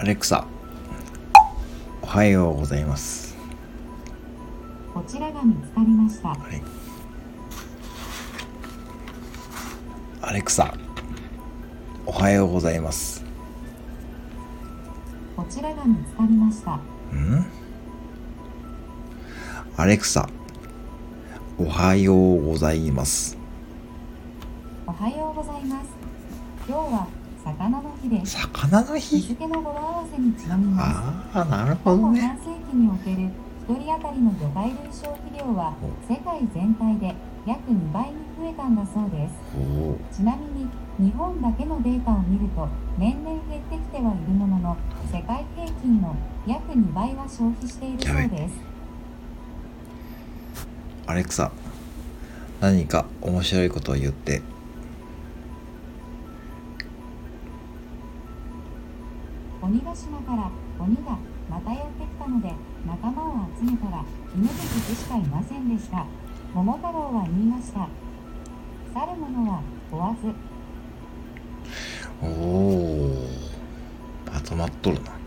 アレクサ、おはようございます。 こちらが見つかりました。 はい、アレクサ、おはようございます。 こちらが見つかりました。 アレクサ、おはようございます。 おはようございます。今日は魚の日です。 魚の日？ 日付の語呂合わせにちなみます。 なるほどね。 過去半世紀における1人当たりの魚介類消費量は世界全体で約2倍に増えたんだそうです。ちなみに日本だけのデータを見ると年々減ってきてはいるものの、世界平均の約2倍は消費しているそうです。 アレクサ、何か面白いことを言って。 鬼ヶ島から鬼がまたやってきたので仲間を集めたら犬羊しかいませんでした。桃太郎は言いました。去る者は追わず。 まとまっとるな。